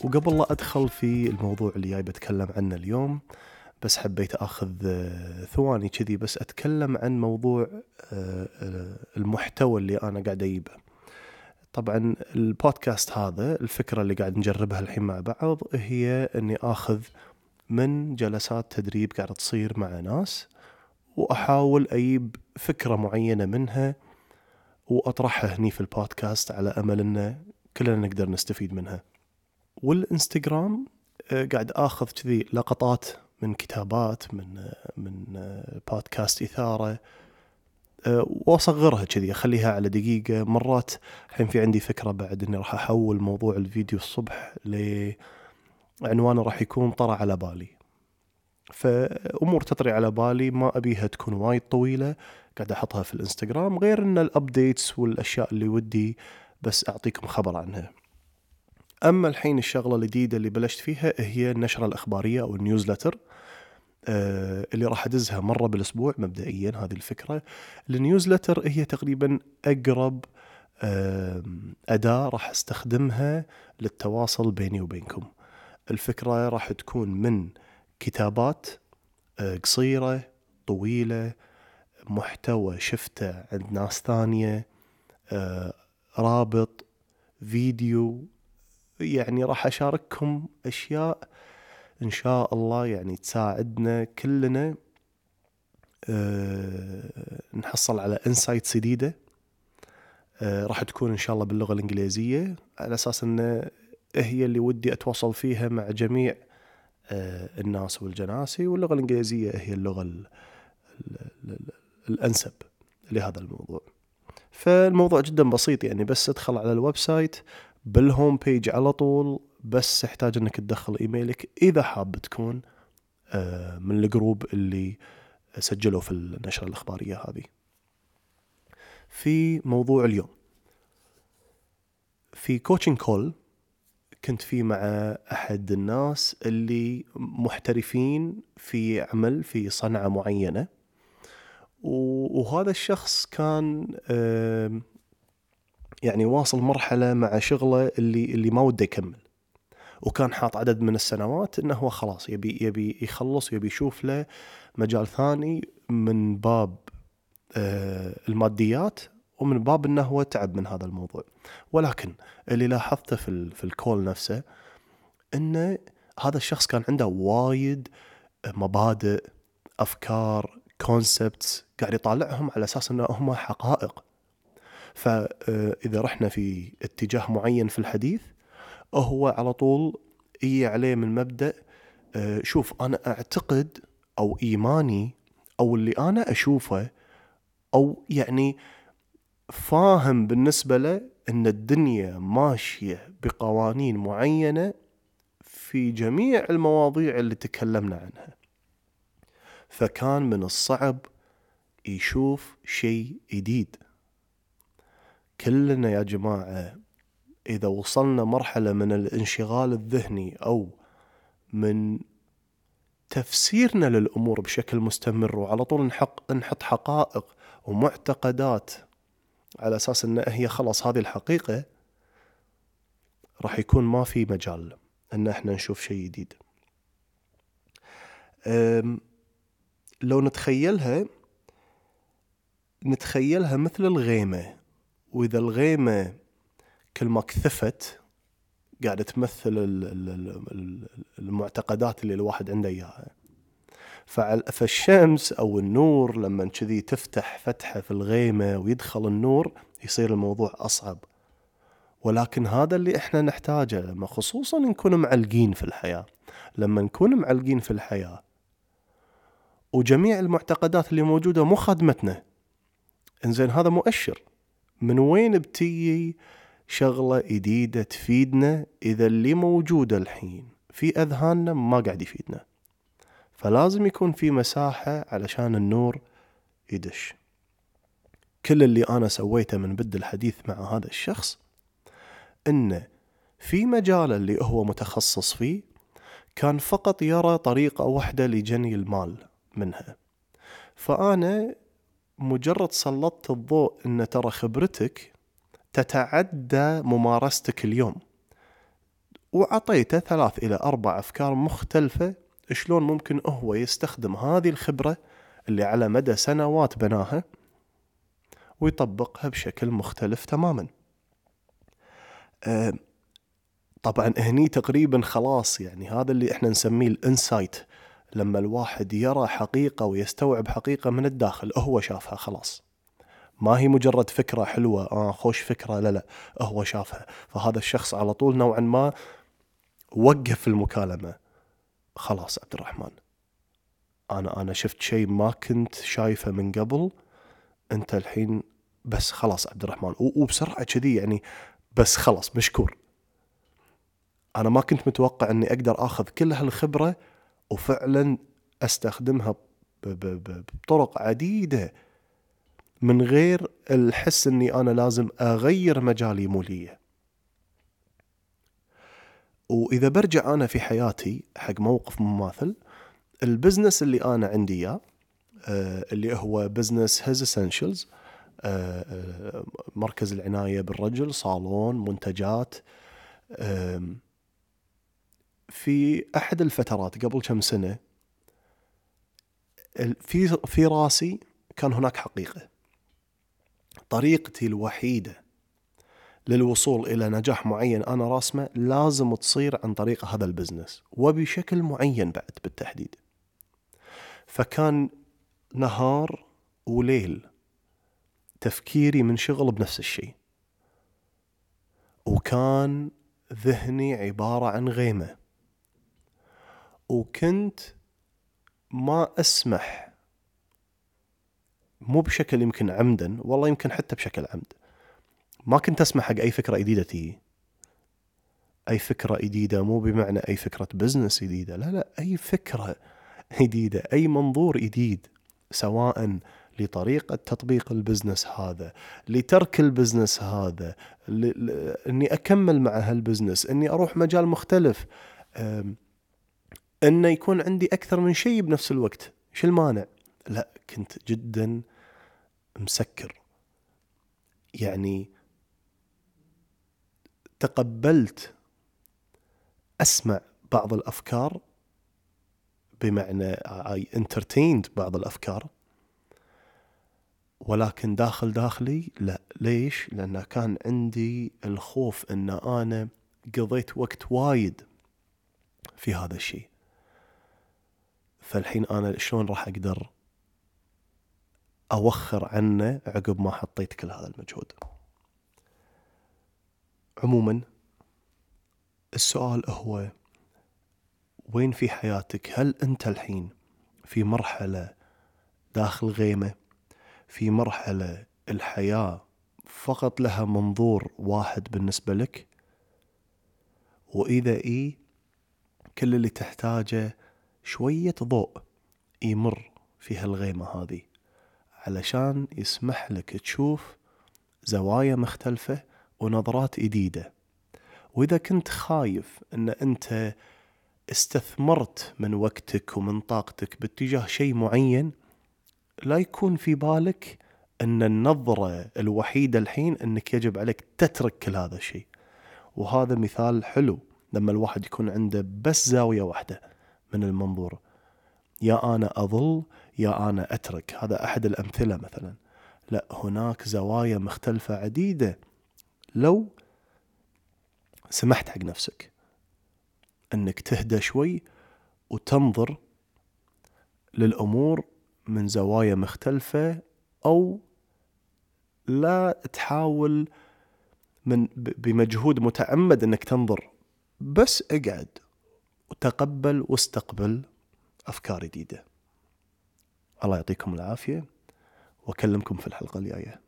وقبل لا أدخل في الموضوع اللي جاي بتكلم عنه اليوم، بس حبيت أخذ ثواني كذي بس أتكلم عن موضوع المحتوى اللي أنا قاعد أجيبه. طبعا البودكاست هذا الفكرة اللي قاعد نجربها الحين مع بعض هي أني أخذ من جلسات تدريب قاعدة تصير مع ناس، وأحاول أجيب فكرة معينة منها وأطرحها هني في البودكاست على أمل أن كلنا نقدر نستفيد منها. والإنستغرام قاعد آخذ كذي لقطات من كتابات من بودكاست إثارة، وأصغرها كذي أخليها على دقيقة. مرات الحين في عندي فكرة بعد إني راح أحول موضوع الفيديو الصبح لعنوانه راح يكون طرى على بالي، فأمور تطري على بالي ما أبيها تكون وايد طويلة قاعد أحطها في الإنستغرام، غير إن الأبديتس والأشياء اللي ودي بس أعطيكم خبر عنها. أما الحين الشغلة الجديدة اللي بلشت فيها هي النشرة الأخبارية أو النيوزلتر، اللي راح أدزها مرة بالأسبوع مبدئيا. هذه الفكرة. النيوزلتر هي تقريبا أقرب أداة راح أستخدمها للتواصل بيني وبينكم. الفكرة راح تكون من كتابات قصيرة طويلة، محتوى شفته عند ناس ثانية، رابط فيديو، يعني راح أشارككم أشياء إن شاء الله يعني تساعدنا كلنا نحصل على إنسايتس جديدة. راح تكون إن شاء الله باللغة الإنجليزية، على أساس أن هي اللي ودي أتواصل فيها مع جميع الناس والجناسي، واللغة الإنجليزية هي اللغة الأنسب لهذا الموضوع. فالموضوع جدا بسيط، يعني بس ادخل على الويب سايت بالهوم بيج على طول، بس يحتاج انك تدخل ايميلك اذا حاب تكون من الجروب اللي سجلوا في النشرة الأخبارية هذه. في موضوع اليوم، في كوتشنج كول كنت فيه مع أحد الناس اللي محترفين في عمل في صنعة معينة، وهذا الشخص كان يعني واصل مرحلة مع شغله اللي ما وده يكمل، وكان حاط عدد من السنوات انه هو خلاص يبي يخلص ويبي يشوف له مجال ثاني من باب الماديات ومن باب انه هو تعب من هذا الموضوع. ولكن اللي لاحظته في الكول نفسه ان هذا الشخص كان عنده وايد مبادئ، افكار، كونسبتس قاعد يطالعهم على اساس انه هم حقائق. فاذا رحنا في اتجاه معين في الحديث، هو على طول يجي عليه من مبدأ شوف أنا أعتقد أو إيماني أو اللي أنا أشوفه، أو يعني فاهم بالنسبة له أن الدنيا ماشية بقوانين معينة في جميع المواضيع اللي تكلمنا عنها. فكان من الصعب يشوف شيء جديد. كلنا يا جماعة إذا وصلنا مرحلة من الانشغال الذهني أو من تفسيرنا للأمور بشكل مستمر وعلى طول نحط حقائق ومعتقدات على أساس أن هي خلاص هذه الحقيقة، راح يكون ما في مجال أن احنا نشوف شيء جديد. لو نتخيلها مثل الغيمة، وإذا الغيمة كل ما كثفت قاعدة تمثل المعتقدات اللي الواحد عنده إياها. فالشمس أو النور لما كذي تفتح فتحة في الغيمة ويدخل النور يصير الموضوع أصعب. ولكن هذا اللي إحنا نحتاجه لما خصوصا نكون معلقين في الحياة. لما نكون معلقين في الحياة وجميع المعتقدات اللي موجودة مو خدمتنا، إنزين هذا مؤشر من وين بتيجي شغلة جديدة تفيدنا إذا اللي موجودة الحين في أذهاننا ما قاعد يفيدنا. فلازم يكون في مساحة علشان النور يدش. كل اللي أنا سويته من بدء الحديث مع هذا الشخص إنه في مجال اللي هو متخصص فيه كان فقط يرى طريقة واحدة لجني المال منها. فأنا مجرد سلطت الضوء إن ترى خبرتك تتعدى ممارستك اليوم، وعطيته 3 إلى 4 أفكار مختلفة شلون ممكن هو يستخدم هذه الخبرة اللي على مدى سنوات بناها ويطبقها بشكل مختلف تماما. طبعا هني تقريبا خلاص، يعني هذا اللي احنا نسميه الانسايت، لما الواحد يرى حقيقة ويستوعب حقيقة من الداخل، هو شافها خلاص، ما هي مجرد فكرة حلوة خوش فكرة، لا هو شافها. فهذا الشخص على طول نوعا ما وقف المكالمة. خلاص عبد الرحمن، أنا شفت شيء ما كنت شايفه من قبل، أنت الحين بس خلاص عبد الرحمن، وبسرعة كذي يعني، بس خلاص مشكور. أنا ما كنت متوقع أني أقدر أخذ كل هالخبرة وفعلا أستخدمها بطرق عديدة من غير الحس أني أنا لازم أغير مجالي مولية. وإذا برجع أنا في حياتي حق موقف مماثل، البزنس اللي أنا عندي إياه اللي هو بزنس His Essentials، مركز العناية بالرجل، صالون، منتجات. في أحد الفترات قبل كم سنة في راسي كان هناك حقيقة، طريقتي الوحيدة للوصول إلى نجاح معين أنا راسمه لازم تصير عن طريق هذا البزنس، وبشكل معين بعد بالتحديد. فكان نهار وليل تفكيري من شغل بنفس الشيء، وكان ذهني عبارة عن غيمة، وكنت ما أسمح، مو بشكل يمكن عمدا، والله يمكن حتى بشكل عمد، ما كنت أسمح حق أي فكرة جديدة تيجي. أي فكرة جديدة مو بمعنى أي فكرة بزنس جديدة، لا، أي فكرة جديدة، أي منظور جديد، سواء لطريقة تطبيق البزنس هذا، لترك البزنس هذا، أني أكمل مع هالبزنس، أني أروح مجال مختلف، أنه يكون عندي أكثر من شيء بنفس الوقت. شو المانع؟ لا، كنت جدا مسكر. يعني تقبلت أسمع بعض الأفكار، بمعنى I entertained بعض الأفكار، ولكن داخلي لا. ليش؟ لأن كان عندي الخوف أن أنا قضيت وقت وايد في هذا الشيء، فالحين أنا شلون راح أقدر أوخر عنه عقب ما حطيت كل هذا المجهود؟ عموما السؤال هو، وين في حياتك؟ هل أنت الحين في مرحلة داخل غيمة، في مرحلة الحياة فقط لها منظور واحد بالنسبة لك؟ وإذا كل اللي تحتاجه شوية ضوء يمر في هالغيمة هذه علشان يسمح لك تشوف زوايا مختلفة ونظرات جديدة. وإذا كنت خايف أن أنت استثمرت من وقتك ومن طاقتك باتجاه شيء معين، لا يكون في بالك أن النظرة الوحيدة الحين أنك يجب عليك تترك كل هذا الشيء. وهذا مثال حلو لما الواحد يكون عنده بس زاوية واحدة من المنظور، يا أنا أظل يا أنا أترك. هذا أحد الأمثلة مثلا. لا، هناك زوايا مختلفة عديدة لو سمحت حق نفسك أنك تهدى شوي وتنظر للأمور من زوايا مختلفة، أو لا تحاول بمجهود متعمد أنك تنظر، بس اقعد وتقبل واستقبل أفكار جديدة. الله يعطيكم العافية، وأكلمكم في الحلقة الجاية.